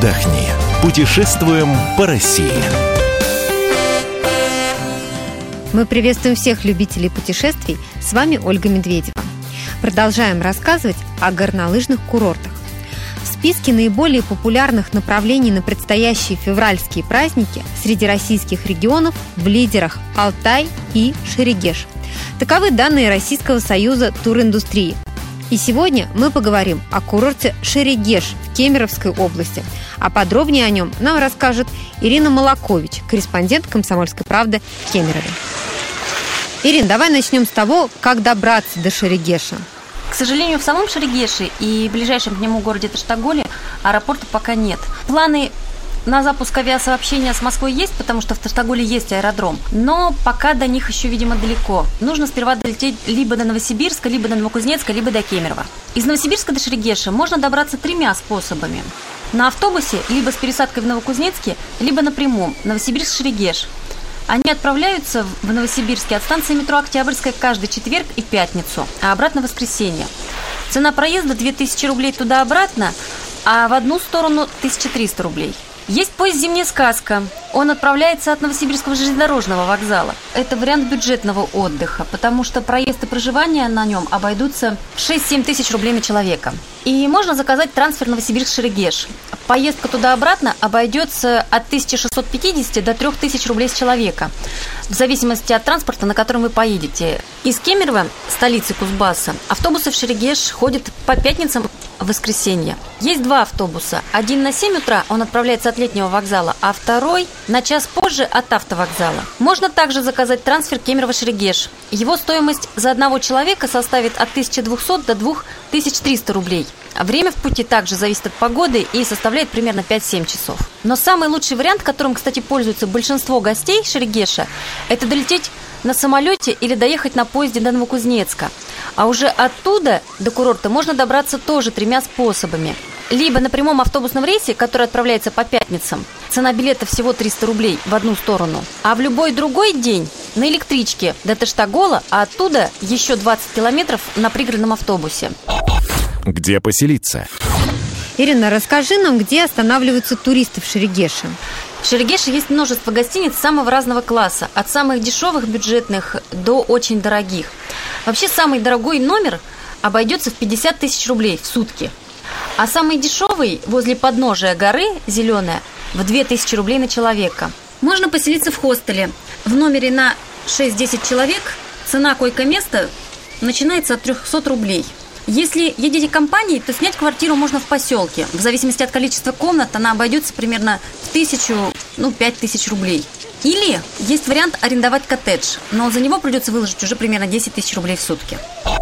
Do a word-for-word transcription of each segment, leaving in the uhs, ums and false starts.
отдохни. Путешествуем по России. Мы приветствуем всех любителей путешествий. С вами Ольга Медведева. Продолжаем рассказывать о горнолыжных курортах. В списке наиболее популярных направлений на предстоящие февральские праздники среди российских регионов в лидерах Алтай и Шерегеш. Таковы данные Российского союза туриндустрии. И сегодня мы поговорим о курорте Шерегеш в Кемеровской области. А подробнее о нем нам расскажет Ирина Молокович, корреспондент «Комсомольской правды» в Кемерове. Ирина, давай начнем с того, как добраться до Шерегеша. К сожалению, в самом Шерегеше и ближайшем к нему городе Таштаголе аэропорта пока нет. Планы на запуск авиасообщения с Москвой есть, потому что в Таштаголе есть аэродром, но пока до них еще, видимо, далеко. Нужно сперва долететь либо до Новосибирска, либо до Новокузнецка, либо до Кемерово. Из Новосибирска до Шерегеша можно добраться тремя способами. На автобусе, либо с пересадкой в Новокузнецке, либо напрямую Новосибирск-Шерегеш. Они отправляются в Новосибирске от станции метро Октябрьская каждый четверг и пятницу, а обратно в воскресенье. Цена проезда две тысячи рублей туда-обратно, а в одну сторону тысяча триста рублей. Есть поезд «Зимняя сказка». Он отправляется от Новосибирского железнодорожного вокзала. Это вариант бюджетного отдыха, потому что проезд и проживание на нем обойдутся в шесть-семь тысяч рублей на человека. И можно заказать трансфер Новосибирск-Шерегеш. Поездка туда-обратно обойдется от тысячи шестисот пятидесяти до трёх тысяч рублей с человека, в зависимости от транспорта, на котором вы поедете. Из Кемерово, столицы Кузбасса, автобусы в Шерегеш ходят по пятницам в воскресенье. Есть два автобуса. Один на семь утра, он отправляется от летнего вокзала, а второй на час позже от автовокзала. Можно также заказать трансфер Кемерово-Шерегеш. Его стоимость за одного человека составит от тысячи двухсот до двух тысяч трёхсот рублей. Время в пути также зависит от погоды и составляет примерно пять-семь часов. Но самый лучший вариант, которым, кстати, пользуются большинство гостей Шерегеша, это долететь на самолете или доехать на поезде до Новокузнецка. А уже оттуда до курорта можно добраться тоже тремя способами. Либо на прямом автобусном рейсе, который отправляется по пятницам. Цена билета всего триста рублей в одну сторону. А в любой другой день на электричке до Таштагола, а оттуда еще двадцать километров на пригородном автобусе. Где поселиться? Ирина, расскажи нам, где останавливаются туристы в Шерегеше. В Шерегеше есть множество гостиниц самого разного класса, от самых дешевых бюджетных до очень дорогих. Вообще самый дорогой номер обойдется в пятьдесят тысяч рублей в сутки. А самый дешевый возле подножия горы, зеленая, в две тысячи рублей на человека. Можно поселиться в хостеле. В номере на шесть-десять человек цена койко-места начинается от трехсот рублей. Если едете компанией, то снять квартиру можно в поселке. В зависимости от количества комнат она обойдется примерно в тысячу, ну, пять тысяч рублей. Или есть вариант арендовать коттедж, но за него придется выложить уже примерно десять тысяч рублей в сутки.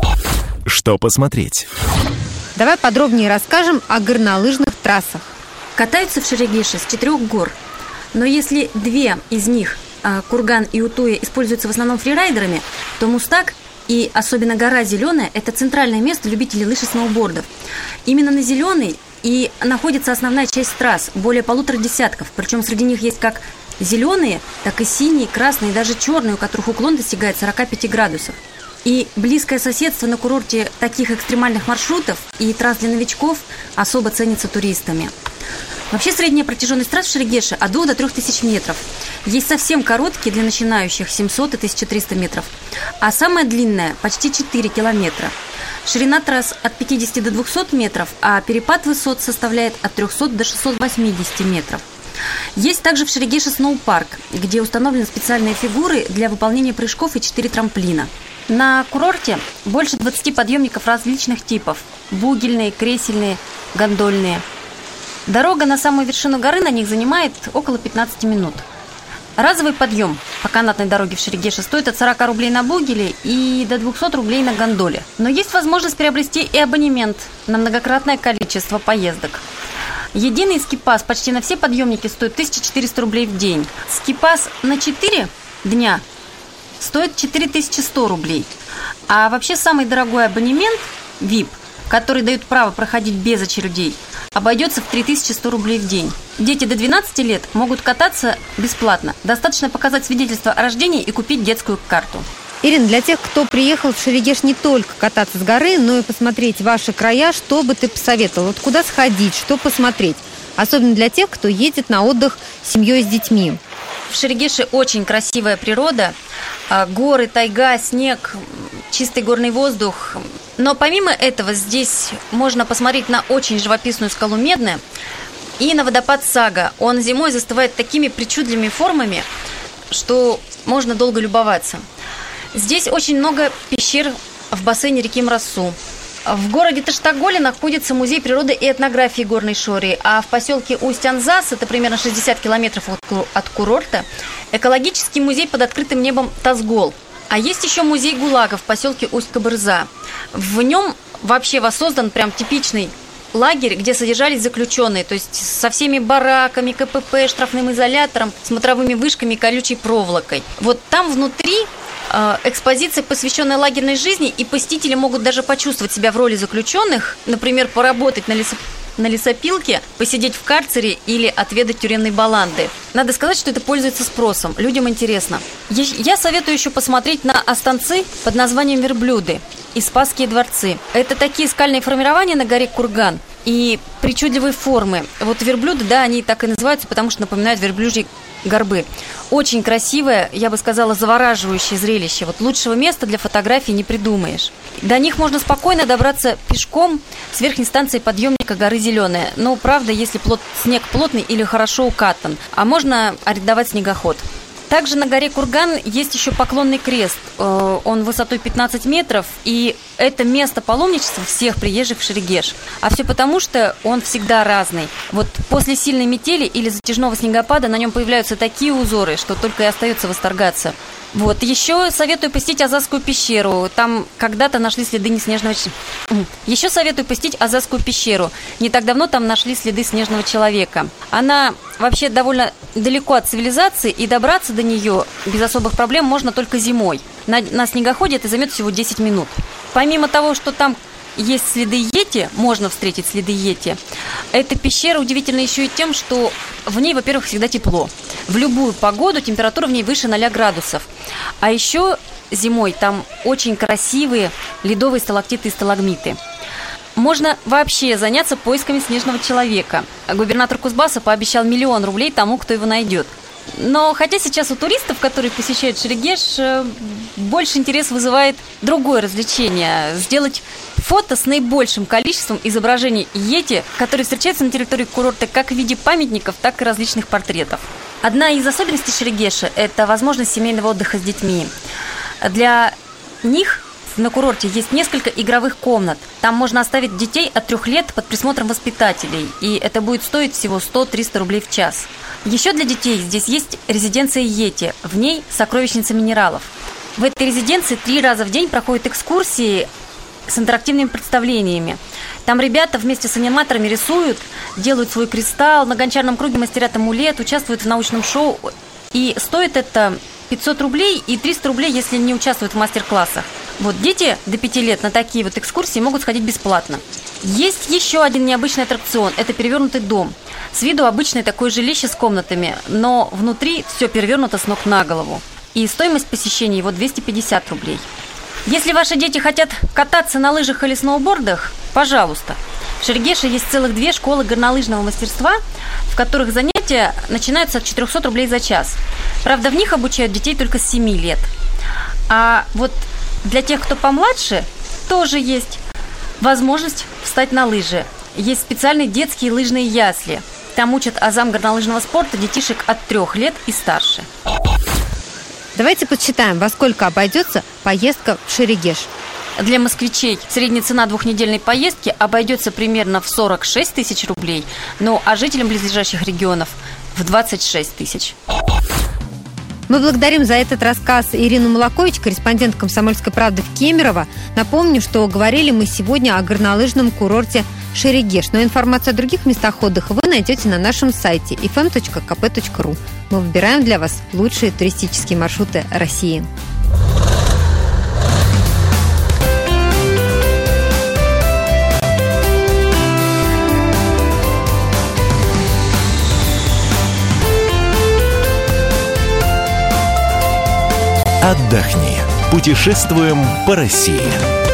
Что посмотреть? Давай подробнее расскажем о горнолыжных трассах. Катаются в Шерегеше с четырех гор. Но если две из них, Курган и Утуя, используются в основном фрирайдерами, то Мустак и особенно гора Зеленая – это центральное место любителей лыж и сноубордов. Именно на Зеленой и находится основная часть трасс, более полутора десятков. Причем среди них есть как зеленые, так и синие, красные, даже черные, у которых уклон достигает сорок пять градусов. И близкое соседство на курорте таких экстремальных маршрутов и трасс для новичков особо ценится туристами. Вообще средняя протяженность трасс в Шерегеше от двух до трёх тысяч метров. Есть совсем короткие для начинающих семьсот и тысяча триста метров, а самая длинная почти четыре километра. Ширина трасс от пятидесяти до двухсот метров, а перепад высот составляет от трехсот до шестисот восьмидесяти метров. Есть также в Шерегеше сноупарк, где установлены специальные фигуры для выполнения прыжков и четыре трамплина. На курорте больше двадцати подъемников различных типов – бугельные, кресельные, гондольные. Дорога на самую вершину горы на них занимает около пятнадцати минут. Разовый подъем по канатной дороге в Шерегеше стоит от сорока рублей на бугеле и до двухсот рублей на гондоле. Но есть возможность приобрести и абонемент на многократное количество поездок. Единый скипас почти на все подъемники стоит тысяча четыреста рублей в день. Скипас на четыре дня стоит четыре тысячи сто рублей. А вообще самый дорогой абонемент ви ай пи, который дает право проходить без очередей, обойдется в три тысячи сто рублей в день. Дети до двенадцати лет могут кататься бесплатно. Достаточно показать свидетельство о рождении и купить детскую карту. Ирина, для тех, кто приехал в Шерегеш не только кататься с горы, но и посмотреть ваши края, что бы ты посоветовала? Вот куда сходить, что посмотреть? особенно для тех, кто едет на отдых с семьей, с детьми. В Шерегеше очень красивая природа, горы, тайга, снег, чистый горный воздух. Но помимо этого здесь можно посмотреть на очень живописную скалу Медне и на водопад Сага. Он зимой застывает такими причудливыми формами, что можно долго любоваться. Здесь очень много пещер в бассейне реки Мрасу. В городе Таштаголе находится музей природы и этнографии Горной Шории, а в поселке Усть-Анзас, это примерно шестьдесят километров от курорта, экологический музей под открытым небом Тазгол. А есть еще музей ГУЛАГа в поселке Усть-Кабырза. В нем вообще воссоздан прям типичный лагерь, где содержались заключенные, то есть со всеми бараками, КПП, штрафным изолятором, смотровыми вышками и колючей проволокой. Вот там внутри экспозиция, посвященная лагерной жизни, и посетители могут даже почувствовать себя в роли заключенных, например, поработать на, лесо... на лесопилке, посидеть в карцере или отведать тюремной баланды. Надо сказать, что это пользуется спросом, людям интересно. Я советую еще посмотреть на останцы под названием Верблюды и Спасские дворцы. Это такие скальные формирования на горе Курган и причудливые формы. Вот верблюды, да, они так и называются, потому что напоминают верблюжьи горбы. Очень красивое, я бы сказала, завораживающее зрелище. Вот лучшего места для фотографий не придумаешь. До них можно спокойно добраться пешком с верхней станции подъемника горы Зеленая. Но, правда, если плот, снег плотный или хорошо укатан. А можно арендовать снегоход. Также на горе Курган есть еще поклонный крест. Он высотой пятнадцать метров, и это место паломничества всех приезжих в Шерегеш. А все потому, что он всегда разный. Вот после сильной метели или затяжного снегопада на нем появляются такие узоры, что только и остается восторгаться. Вот. Еще советую посетить Азазскую пещеру. Там когда-то нашли следы неснежного... Еще советую посетить Азазскую пещеру. Не так давно там нашли следы снежного человека. Она вообще довольно далеко от цивилизации, и добраться до нее без особых проблем можно только зимой. На, на снегоходе это займет всего десять минут. Помимо того, что там есть следы йети, можно встретить следы йети, эта пещера удивительна еще и тем, что в ней, во-первых, всегда тепло. В любую погоду температура в ней выше ноля градусов. А еще зимой там очень красивые ледовые сталактиты и сталагмиты. Можно вообще заняться поисками снежного человека. Губернатор Кузбасса пообещал миллион рублей тому, кто его найдет. Но хотя сейчас у туристов, которые посещают Шерегеш, больше интерес вызывает другое развлечение – сделать фото с наибольшим количеством изображений йети, которые встречаются на территории курорта как в виде памятников, так и различных портретов. Одна из особенностей Шерегеша – это возможность семейного отдыха с детьми. Для них на курорте есть несколько игровых комнат. Там можно оставить детей от трех лет под присмотром воспитателей, и это будет стоить всего сто-триста рублей в час. Еще для детей здесь есть резиденция йети, в ней сокровищница минералов. В этой резиденции три раза в день проходят экскурсии с интерактивными представлениями. Там ребята вместе с аниматорами рисуют, делают свой кристалл, на гончарном круге мастерят амулет, участвуют в научном шоу. И стоит это пятьсот рублей и триста рублей, если не участвуют в мастер-классах. Вот дети до пяти лет на такие вот экскурсии могут сходить бесплатно. Есть еще один необычный аттракцион – это перевернутый дом. С виду обычное такое жилище с комнатами, но внутри все перевернуто с ног на голову. И стоимость посещения его двести пятьдесят рублей. Если ваши дети хотят кататься на лыжах или сноубордах, пожалуйста. В Шерегеше есть целых две школы горнолыжного мастерства, в которых занятия начинаются от четырехсот рублей за час. Правда, в них обучают детей только с семи лет. А вот для тех, кто помладше, тоже есть возможность встать на лыжи. Есть специальные детские лыжные ясли. Там учат азам горнолыжного спорта детишек от трех лет и старше. Давайте подсчитаем, во сколько обойдется поездка в Шерегеш. Для москвичей средняя цена двухнедельной поездки обойдется примерно в сорок шесть тысяч рублей, ну а жителям близлежащих регионов в двадцать шесть тысяч. Мы благодарим за этот рассказ Ирину Малакович, корреспондент «Комсомольской правды» в Кемерово. Напомню, что говорили мы сегодня о горнолыжном курорте Шерегеш. Но информацию о других местах отдыха вы найдете на нашем сайте эф эм точка ка пэ точка ру. Мы выбираем для вас лучшие туристические маршруты России. Отдохни. Путешествуем по России.